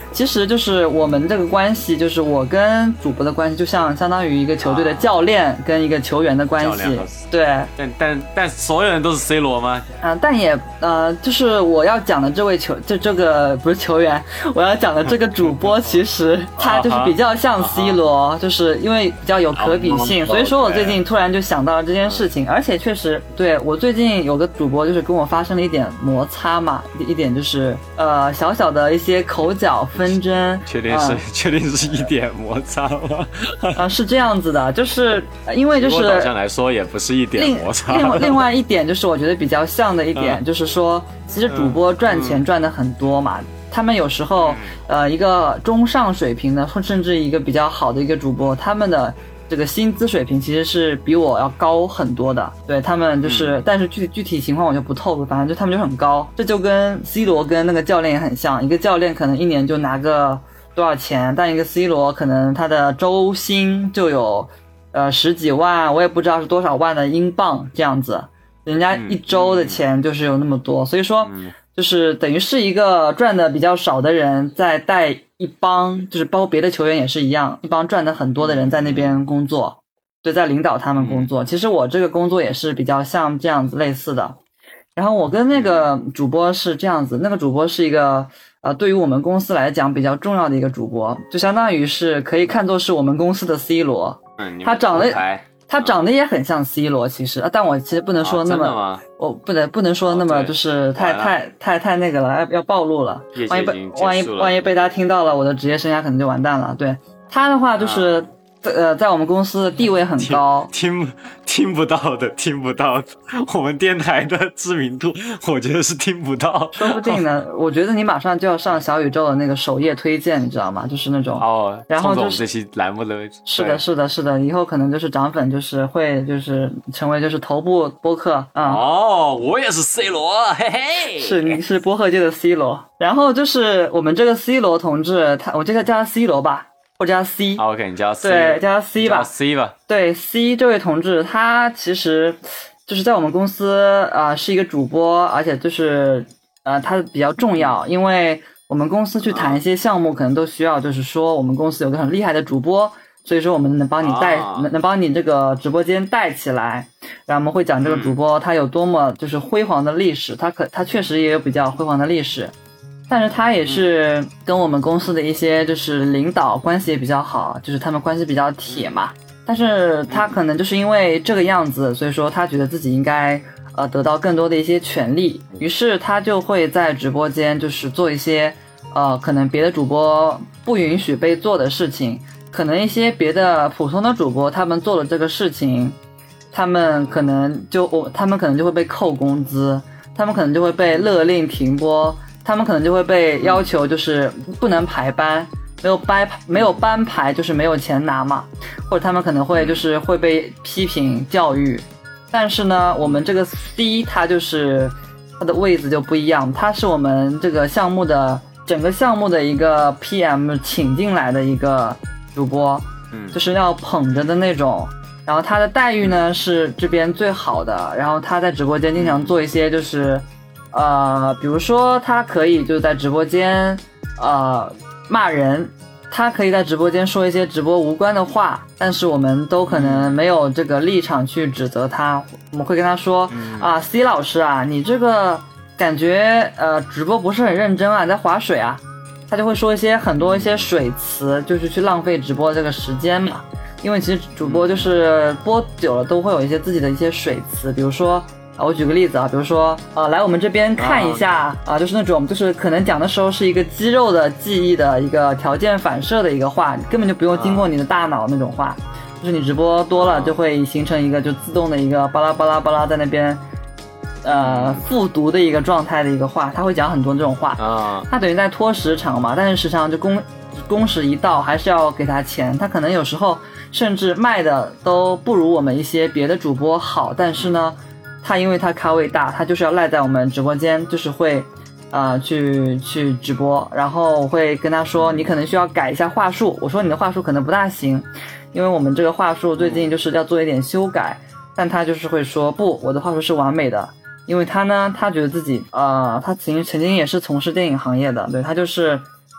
其实就是我们这个关系，就是我跟主播的关系，就像相当于一个球队的教练跟一个球员的关系。对， 但但但所有人都是 C 罗吗？ 啊、呃，但也呃，就是我要讲的这位球，就这个不是球员，我要讲的这个主播，其实他就是比较像 C 罗，就是因为比较有可比性，所以说我最近突然就想到了这件事情，而且确实，对我最近有个主播就是跟我发生了一点摩擦嘛，一点就是呃小小的一些口角纷争。 确定是、呃、确定是一点摩擦吗？ 啊、呃，是这样子的，就是因为就是导向来说也不是一点摩擦。 另另另外一点就是我觉得比较像的一点、嗯、就是说，其实主播赚钱赚的很多嘛。嗯他们有时候，呃，一个中上水平的，或甚至一个比较好的一个主播，他们的这个薪资水平其实是比我要高很多的。对他们就是，嗯、但是具体具体情况我就不透露，反正就他们就很高。这就跟 C 罗跟那个教练也很像，一个教练可能一年就拿个多少钱，但一个 C 罗可能他的周薪就有呃十几万，我也不知道是多少万的英镑这样子，人家一周的钱就是有那么多，所以说。嗯就是等于是一个赚的比较少的人在带一帮，就是包括别的球员也是一样，一帮赚的很多的人在那边工作，对，在领导他们工作。其实我这个工作也是比较像这样子类似的。然后我跟那个主播是这样子，那个主播是一个呃，对于我们公司来讲比较重要的一个主播，就相当于是可以看作是我们公司的 C 罗。 嗯， 他长得。他长得也很像 C 罗，其实，但我其实不能说那么， 啊、 我不能不能说那么就是太、哦、太太太那个了，要要暴露了，万一被万一万一被他听到了，我的职业生涯可能就完蛋了。对他的话就是。啊呃，在我们公司的地位很高， 听 听, 听不到的，听不到的。我们电台的知名度，我觉得是听不到。 说不定呢，我觉得你马上就要上小宇宙的那个首页推荐，你知道吗？就是那种哦， 然后就是这期栏目的是的，是的，是的，以后可能就是涨粉，就是会就是成为就是头部播客啊、嗯。 哦，我也是 C 罗，嘿嘿， 是你是播客界的 C 罗。然后就是我们这个 C 罗同志，他我就叫他 C 罗吧。或者加 C， OK， 你叫 C， 对，叫 C 吧 ，C 吧， 对 C 这位同志，他其实就是在我们公司啊、呃、是一个主播，而且就是呃他比较重要，因为我们公司去谈一些项目，可能都需要就是说我们公司有个很厉害的主播，所以说我们能帮你带，啊、能能帮你这个直播间带起来，然后我们会讲这个主播他有多么就是辉煌的历史，他可他确实也有比较辉煌的历史。但是他也是跟我们公司的一些就是领导关系也比较好，就是他们关系比较铁嘛。但是他可能就是因为这个样子，所以说他觉得自己应该呃得到更多的一些权利，于是他就会在直播间就是做一些呃可能别的主播不允许被做的事情，可能一些别的普通的主播他们做了这个事情，他们可能就我他们可能就会被扣工资，他们可能就会被勒令停播。他们可能就会被要求就是不能排班，没有班没有班排就是没有钱拿嘛，或者他们可能会就是会被批评教育。但是呢，我们这个 C 他就是他的位置就不一样，他是我们这个项目的整个项目的一个 P M 请进来的一个主播，嗯，就是要捧着的那种。然后他的待遇呢是这边最好的，然后他在直播间经常做一些就是。呃，比如说他可以就是在直播间呃骂人，他可以在直播间说一些直播无关的话，但是我们都可能没有这个立场去指责他，我们会跟他说啊 C 老师啊，你这个感觉呃直播不是很认真啊，你在划水啊，他就会说一些很多一些水词，就是去浪费直播这个时间嘛。因为其实主播就是播久了都会有一些自己的一些水词，比如说我举个例子啊，比如说呃来我们这边看一下啊、呃，就是那种就是可能讲的时候是一个肌肉的记忆的一个条件反射的一个话，根本就不用经过你的大脑那种话，就是你直播多了就会形成一个就自动的一个巴拉巴拉巴拉在那边呃复读的一个状态的一个话，他会讲很多这种话啊，他等于在拖时长嘛，但是时长就工工时一到还是要给他钱，他可能有时候甚至卖的都不如我们一些别的主播好，但是呢他因为他咖位大，他就是要赖在我们直播间，就是会呃去去直播，然后我会跟他说你可能需要改一下话术，我说你的话术可能不大行，因为我们这个话术最近就是要做一点修改，但他就是会说不，我的话术是完美的，因为他呢他觉得自己呃他曾曾经也是从事电影行业的，对，他就是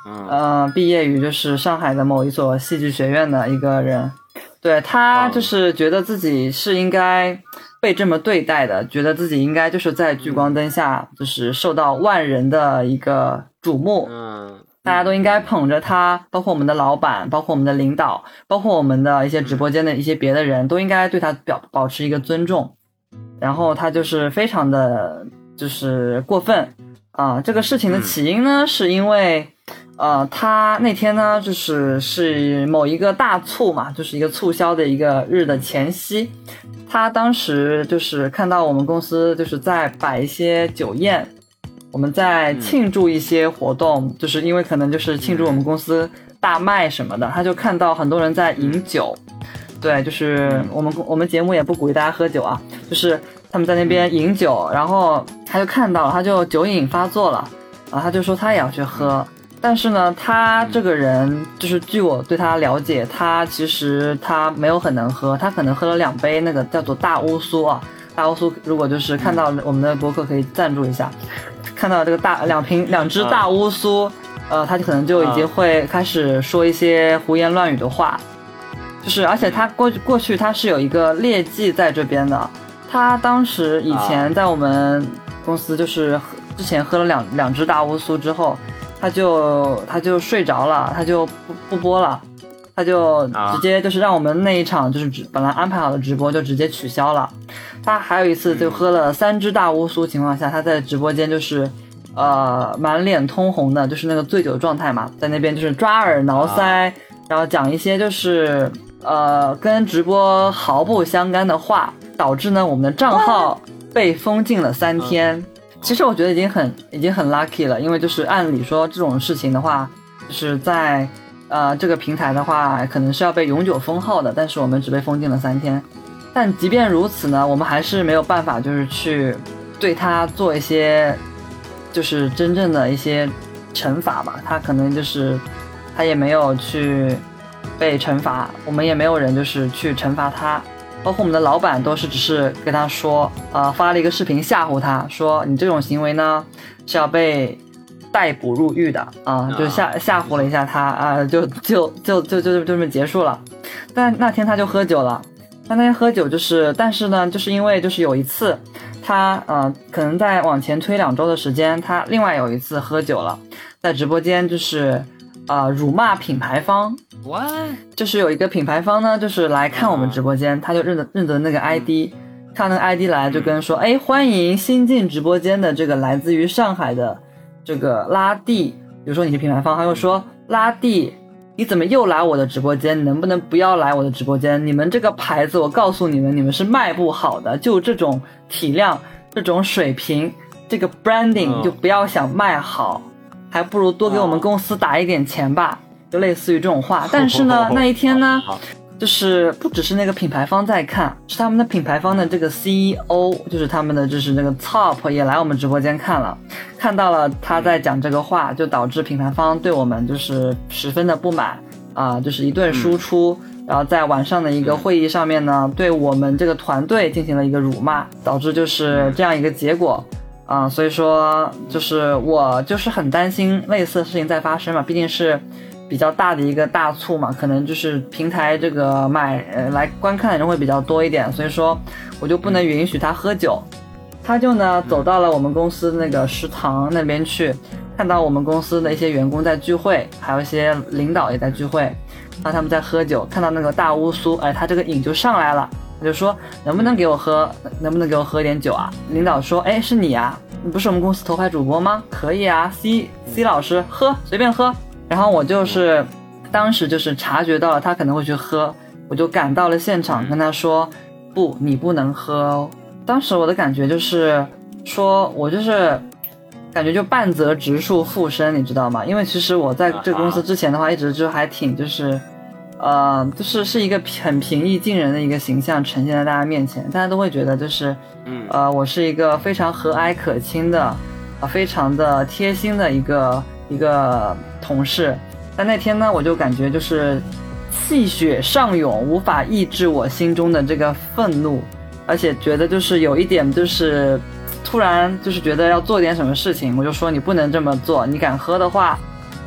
嗯、呃，毕业于就是上海的某一所戏剧学院的一个人。对，他就是觉得自己是应该被这么对待的，觉得自己应该就是在聚光灯下就是受到万人的一个瞩目，嗯，大家都应该捧着他，包括我们的老板，包括我们的领导，包括我们的一些直播间的一些别的人都应该对他表保持一个尊重。然后他就是非常的就是过分啊、呃，这个事情的起因呢、嗯、是因为呃，他那天呢，就是是某一个大促嘛，就是一个促销的一个日的前夕，他当时就是看到我们公司就是在摆一些酒宴，我们在庆祝一些活动，嗯、就是因为可能就是庆祝我们公司大卖什么的，他就看到很多人在饮酒，对，就是我们我们节目也不鼓励大家喝酒啊，就是他们在那边饮酒，然后他就看到了，他就酒瘾发作了啊，他就说他也要去喝。但是呢，他这个人就是据我对他了解，他其实他没有很能喝，他可能喝了两杯那个叫做大乌苏啊，大乌苏如果就是看到我们的博客可以赞助一下，看到这个大两瓶两只大乌苏，呃，他就可能就已经会开始说一些胡言乱语的话，就是而且他过过去他是有一个劣迹在这边的，他当时以前在我们公司就是之前喝了两两只大乌苏之后。他就他就睡着了，他就不不播了，他就直接就是让我们那一场就是本来安排好的直播就直接取消了。他还有一次就喝了三只大乌苏情况下，他在直播间就是呃满脸通红的，就是那个醉酒状态嘛，在那边就是抓耳挠腮，然后讲一些就是呃跟直播毫不相干的话，导致呢我们的账号被封禁了三天。其实我觉得已经很已经很 lucky 了，因为就是按理说这种事情的话，就是在呃这个平台的话，可能是要被永久封号的，但是我们只被封禁了三天。但即便如此呢，我们还是没有办法，就是去对他做一些就是真正的一些惩罚吧。他可能就是他也没有去被惩罚，我们也没有人就是去惩罚他。包括我们的老板都是只是跟他说，呃，发了一个视频吓唬他，说你这种行为呢是要被逮捕入狱的啊、呃，就吓吓唬了一下他啊、呃，就就就就就就这么结束了。但那天他就喝酒了，但那天喝酒就是，但是呢，就是因为就是有一次他呃可能在往前推两周的时间，他另外有一次喝酒了，在直播间就是呃辱骂品牌方。What? 就是有一个品牌方呢，就是来看我们直播间，他就认得认得那个 I D， 看那个 I D 来就跟说，哎，欢迎新进直播间的这个来自于上海的这个拉蒂，比如说你是品牌方，他又说拉蒂，你怎么又来我的直播间？你能不能不要来我的直播间？你们这个牌子，我告诉你们，你们是卖不好的，就这种体量、这种水平，这个 branding 就不要想卖好，还不如多给我们公司打一点钱吧。就类似于这种话，但是呢，那一天呢，就是不只是那个品牌方在看，是他们的品牌方的这个 C E O， 就是他们的就是那个 top 也来我们直播间看了，看到了他在讲这个话，就导致品牌方对我们就是十分的不满啊、呃，就是一顿输出，嗯、然后在晚上的一个会议上面呢，对我们这个团队进行了一个辱骂，导致就是这样一个结果。啊、呃，所以说就是我就是很担心类似的事情在发生嘛，毕竟是比较大的一个大促嘛，可能就是平台这个买呃来观看的人会比较多一点，所以说我就不能允许他喝酒。他就呢走到了我们公司那个食堂那边去，看到我们公司的一些员工在聚会，还有一些领导也在聚会，看到他们在喝酒，看到那个大乌苏，哎，他这个瘾就上来了，他就说能不能给我喝，能不能给我喝点酒啊？领导说，哎，是你啊，你不是我们公司头牌主播吗？可以啊 ，C C 老师喝，随便喝。然后我就是当时就是察觉到了他可能会去喝，我就赶到了现场跟他说，不，你不能喝哦。当时我的感觉就是说我就是感觉就半泽直树附身，你知道吗？因为其实我在这个公司之前的话一直就还挺就是呃就是是一个很平易近人的一个形象呈现在大家面前，大家都会觉得就是呃我是一个非常和蔼可亲的呃非常的贴心的一个一个同事。但那天呢我就感觉就是气血上涌，无法抑制我心中的这个愤怒，而且觉得就是有一点就是突然就是觉得要做点什么事情，我就说你不能这么做，你敢喝的话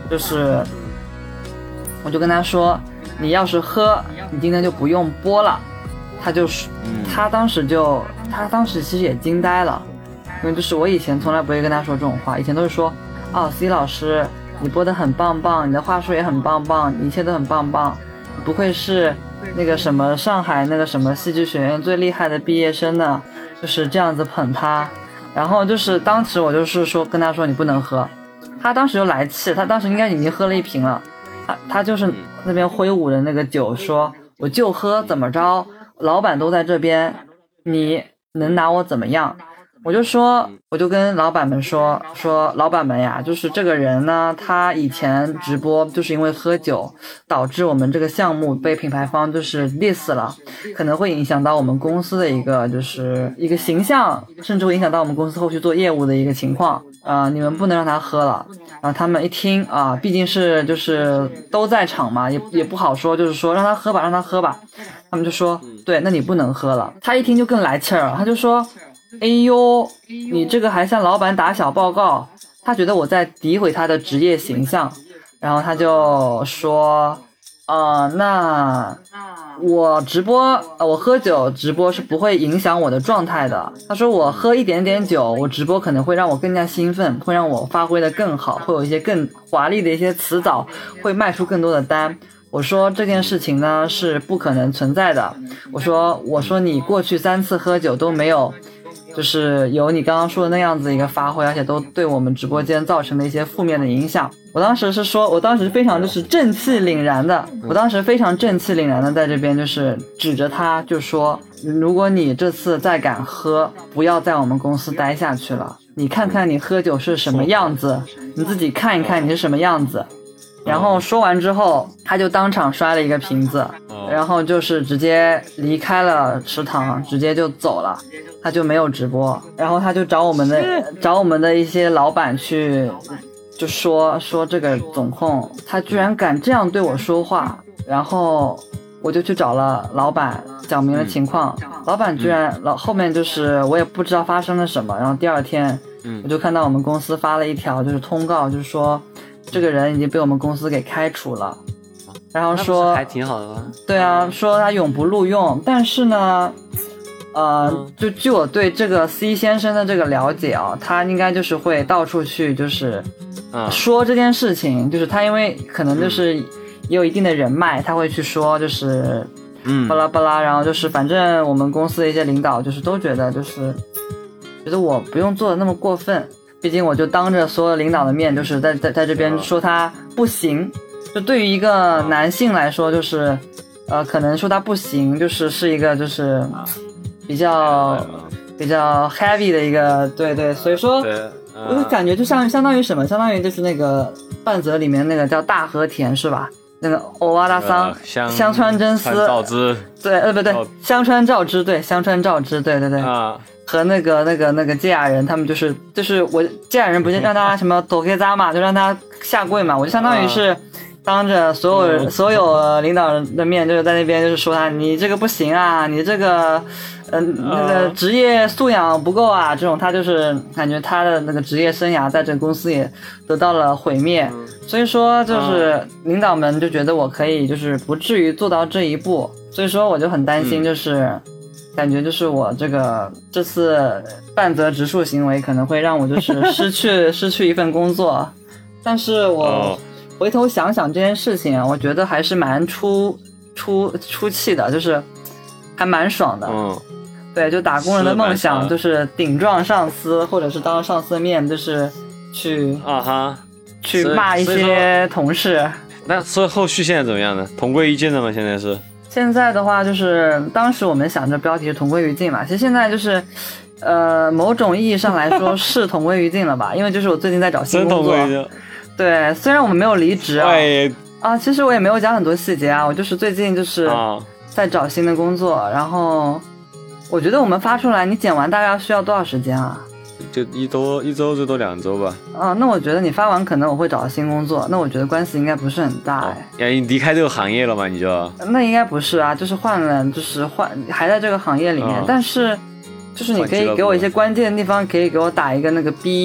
就是我就跟他说，你要是喝，你今天就不用播了。他就他当时就他当时其实也惊呆了，因为就是我以前从来不会跟他说这种话，以前都是说，哦 C 老师你播得很棒棒，你的话术也很棒棒，你一切都很棒棒，不愧是那个什么上海那个什么戏剧学院最厉害的毕业生呢，就是这样子捧他。然后就是当时我就是说跟他说你不能喝，他当时就来气，他当时应该已经喝了一瓶了，他他就是那边挥舞的那个酒说我就喝怎么着，老板都在这边，你能拿我怎么样？我就说，我就跟老板们说说，老板们呀，就是这个人呢，他以前直播就是因为喝酒，导致我们这个项目被品牌方就是 diss 了，可能会影响到我们公司的一个就是一个形象，甚至会影响到我们公司后续做业务的一个情况。啊、呃，你们不能让他喝了。然后他们一听啊、呃，毕竟是就是都在场嘛，也也不好说，就是说让他喝吧，让他喝吧。他们就说，对，那你不能喝了。他一听就更来气儿了，他就说。哎呦，你这个还向老板打小报告，他觉得我在诋毁他的职业形象，然后他就说，呃，那我直播，呃，我喝酒直播是不会影响我的状态的。他说我喝一点点酒，我直播可能会让我更加兴奋，会让我发挥得更好，会有一些更华丽的一些词藻，会卖出更多的单。我说这件事情呢是不可能存在的。我说，我说你过去三次喝酒都没有。就是有你刚刚说的那样子一个发挥，而且都对我们直播间造成了一些负面的影响。我当时是说，我当时非常就是正气凛然的，我当时非常正气凛然的在这边就是指着他就说，如果你这次再敢喝，不要在我们公司待下去了。你看看你喝酒是什么样子，你自己看一看你是什么样子。然后说完之后，他就当场摔了一个瓶子，然后就是直接离开了食堂，直接就走了。他就没有直播，然后他就找我们的找我们的一些老板去，就说说这个总控他居然敢这样对我说话，然后我就去找了老板讲明了情况，嗯、老板居然老后面就是我也不知道发生了什么，然后第二天我就看到我们公司发了一条就是通告，就是说这个人已经被我们公司给开除了，然后说还挺好的吧？ 对啊，说他永不录用，但是呢。呃，就据我对这个 C 先生的这个了解啊，他应该就是会到处去就是说这件事情，就是他因为可能就是也有一定的人脉，他会去说就是嗯巴拉巴拉，然后就是反正我们公司的一些领导就是都觉得就是觉得我不用做的那么过分，毕竟我就当着所有领导的面就是在在在这边说他不行，就对于一个男性来说就是呃可能说他不行就是是一个就是比较比较 heavy 的一个，对对，所以说我就感觉就像相当于什么，相当于就是那个半泽里面那个叫大和田是吧？那个欧瓦达桑、呃、香川真司照之， 对，呃不对，香川照之，对，香川照之，对对对，啊，和那个那个那个芥雅人他们就是就是我芥雅人不是让他什么抖黑扎嘛，就让他下跪嘛，我就相当于是。啊当着所有、嗯、所有领导人的面，就是在那边就是说他你这个不行啊，你这个呃那个职业素养不够啊，这种他就是感觉他的那个职业生涯在这个公司也得到了毁灭，嗯、所以说就是领导们就觉得我可以就是不至于做到这一步，所以说我就很担心，就是、嗯、感觉就是我这个这次半泽直树行为可能会让我就是失去失去一份工作，但是我。哦回头想想这件事情啊，我觉得还是蛮出出出气的，就是还蛮爽的。嗯，对，就打工人的梦想就是顶撞上司，或者是当着上司的面就是去啊哈去骂一些同事。 那所以后续现在怎么样呢？同归于尽了吗？现在是？ 现在的话就是当时我们想着标题是同归于尽嘛，其实现在就是呃某种意义上来说是同归于尽了吧，因为就是我最近在找新工作。真同归于尽。对，虽然我们没有离职啊，啊，其实我也没有讲很多细节啊，我就是最近就是在找新的工作，然后我觉得我们发出来，你剪完大概需要多少时间啊？ 就一周，一周最多两周吧。 啊，那我觉得你发完可能我会找到新工作，那我觉得关系应该不是很大哎。 呀，你离开这个行业了吗？你就？ 那应该不是啊，就是换了，就是换还在这个行业里面，哦、但是就是你可以给我一些关键的地方，可以给我打一个那个 B。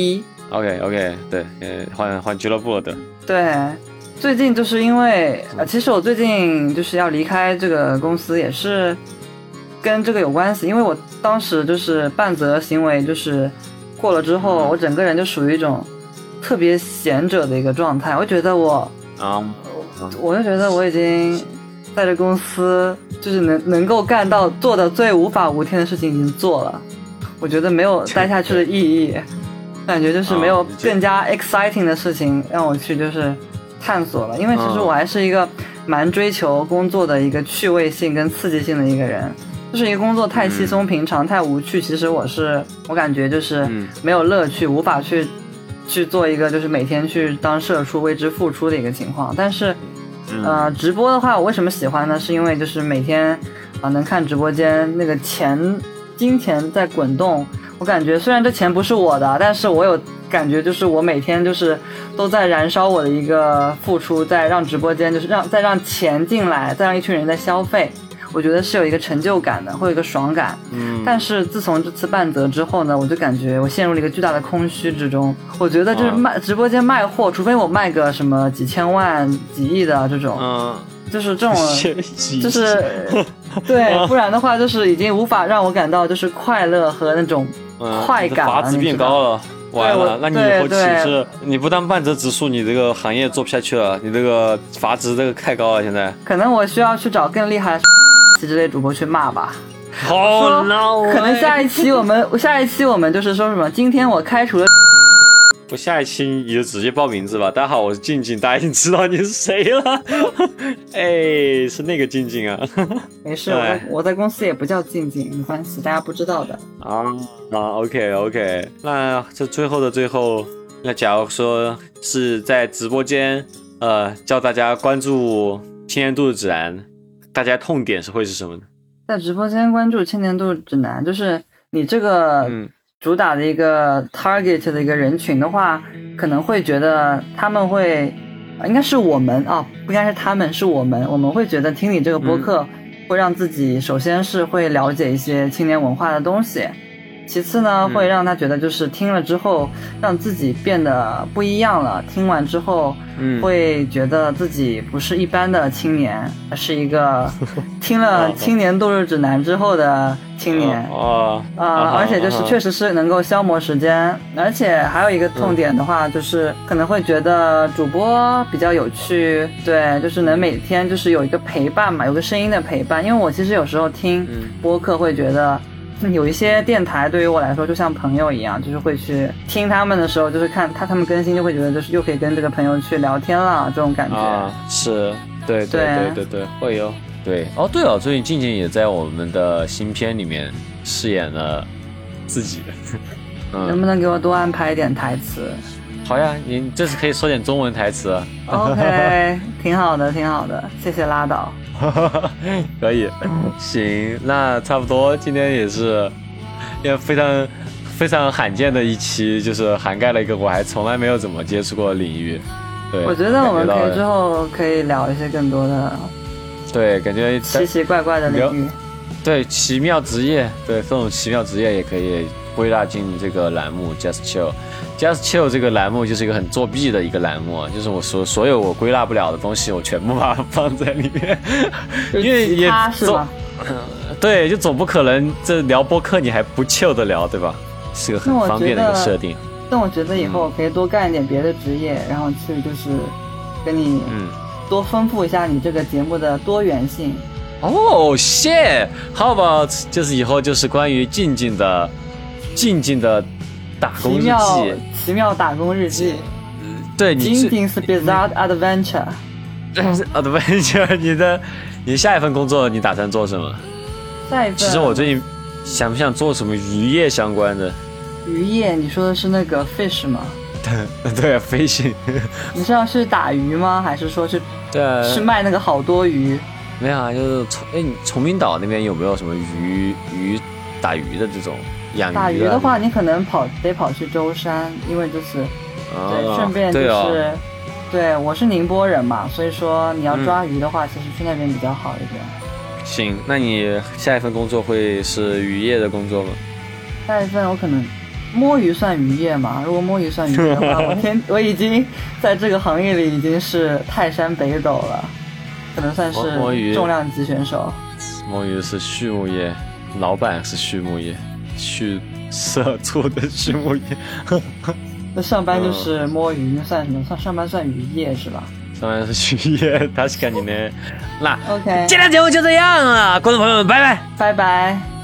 OK OK， 对，呃，换换俱乐部了的。 对，最近就是因为呃，其实我最近就是要离开这个公司，也是跟这个有关系，因为我当时就是半泽行为就是过了之后，我整个人就属于一种特别闲者的一个状态，我觉得我啊，我就觉得我已经在这公司就是能能够干到做的最无法无天的事情已经做了，我觉得没有待下去的意义。感觉就是没有更加 exciting 的事情让我去就是探索了，因为其实我还是一个蛮追求工作的一个趣味性跟刺激性的一个人，就是一个工作太稀松平常、嗯、太无趣，其实我是我感觉就是没有乐趣、嗯、无法去去做一个就是每天去当社畜为之付出的一个情况。但是呃，直播的话我为什么喜欢呢？是因为就是每天啊、呃、能看直播间那个钱金钱在滚动，我感觉虽然这钱不是我的，但是我有感觉就是我每天就是都在燃烧我的一个付出，在让直播间就是让再让钱进来，再让一群人在消费，我觉得是有一个成就感的，会有一个爽感。嗯。但是自从这次半泽之后呢，我就感觉我陷入了一个巨大的空虚之中。我觉得就是卖、啊、直播间卖货，除非我卖个什么几千万、几亿的这种。嗯。就是这种，就是对，不然的话就是已经无法让我感到就是快乐和那种快感了。 阀值变高了，完了，那你以后岂是你不当半泽直树，你这个行业做不下去了，你这个阀值这个太高了，现在。 可能我需要去找更厉害的之类主播去骂吧。 好闹、欸。 可能下一期我们下一期我们就是说什么，今天我开除了。 不，下一期你就直接报名字吧。大家好，我是静静，大家已经知道你是谁了。哎，是那个静静啊。 没事，我在我在公司也不叫静静，没关系，大家不知道的。 啊啊 ，OK OK， 那这最后的最后，那假如说是在直播间，呃，叫大家关注青年度指南，大家痛点是会是什么呢？ 在直播间关注青年度指南，就是你这个。嗯主打的一个 target 的一个人群的话，可能会觉得他们会，应该是我们啊、哦，不应该是他们，是我们，我们会觉得听你这个播客会让自己首先是会了解一些青年文化的东西，其次呢会让他觉得就是听了之后让自己变得不一样了，听完之后会觉得自己不是一般的青年，而是一个听了青年度日指南之后的青年啊、呃、而且就是确实是能够消磨时间，而且还有一个痛点的话，就是可能会觉得主播比较有趣，对，就是能每天就是有一个陪伴嘛，有个声音的陪伴。因为我其实有时候听播客会觉得有一些电台对于我来说就像朋友一样，就是会去听他们的时候，就是看他他们更新就会觉得就是又可以跟这个朋友去聊天了，这种感觉啊，是对对对对对，会有。对哦，对哦，最近静静也在我们的新片里面饰演了自己。 嗯、能不能给我多安排一点台词？ 好呀，你这次可以说点中文台词。 OK， 挺好的，挺好的，谢谢拉倒。 可以，行，那差不多，今天也是也非常非常罕见的一期，就是涵盖了一个我还从来没有怎么接触过的领域。对， 我觉得我们可以之后可以聊一些更多的。 对，感觉奇奇怪怪的领域， 对，奇妙职业，对，这种奇妙职业也可以归纳进这个栏目 Just Chill。Just Chill 这个栏目就是一个很作弊的一个栏目，就是我说所有我归纳不了的东西，我全部把它放在里面，因为也总对，就总不可能这聊播客你还不 chill 的聊，对吧？是个很方便的一个设定。 但我觉得以后我可以多干一点别的职业，嗯、然后去就是跟你嗯。多丰富一下你这个节目的多元性。 哦，谢 How about 就是以后就是关于静静的静静的打工日记，奇妙奇妙打工日记。 对，你静静是 bizarre adventure。 adventure， 你的你下一份工作你打算做什么？ 下一份， 其实我最近想不想做什么渔业相关的？ 渔业，你说的是那个 fish 吗？ 对对，fishing。 你是要是打鱼吗？还是说是？ 对啊， 是卖那个好多鱼。 没有啊，就是哎，你崇明岛那边有没有什么鱼鱼打鱼的这种养鱼的？ 打鱼的话，你可能跑得跑去舟山，因为就是、啊、对，顺便就是、哦、对，我是宁波人嘛，所以说你要抓鱼的话，嗯、其实去那边比较好一点。 行，那你下一份工作会是渔业的工作吗？ 下一份我可能摸鱼算渔业吗？如果摸鱼算渔业的话，我天，我已经在这个行业里已经是泰山北斗了，可能算是重量级选手。 摸鱼是畜牧业，老板是畜牧业，去社畜的畜牧业。 那上班就是摸鱼，那算什么？算上班算渔业是吧？ 上班是渔业，他是干你的。那 OK， 今天节目就这样了，观众朋友们，拜拜， 拜拜。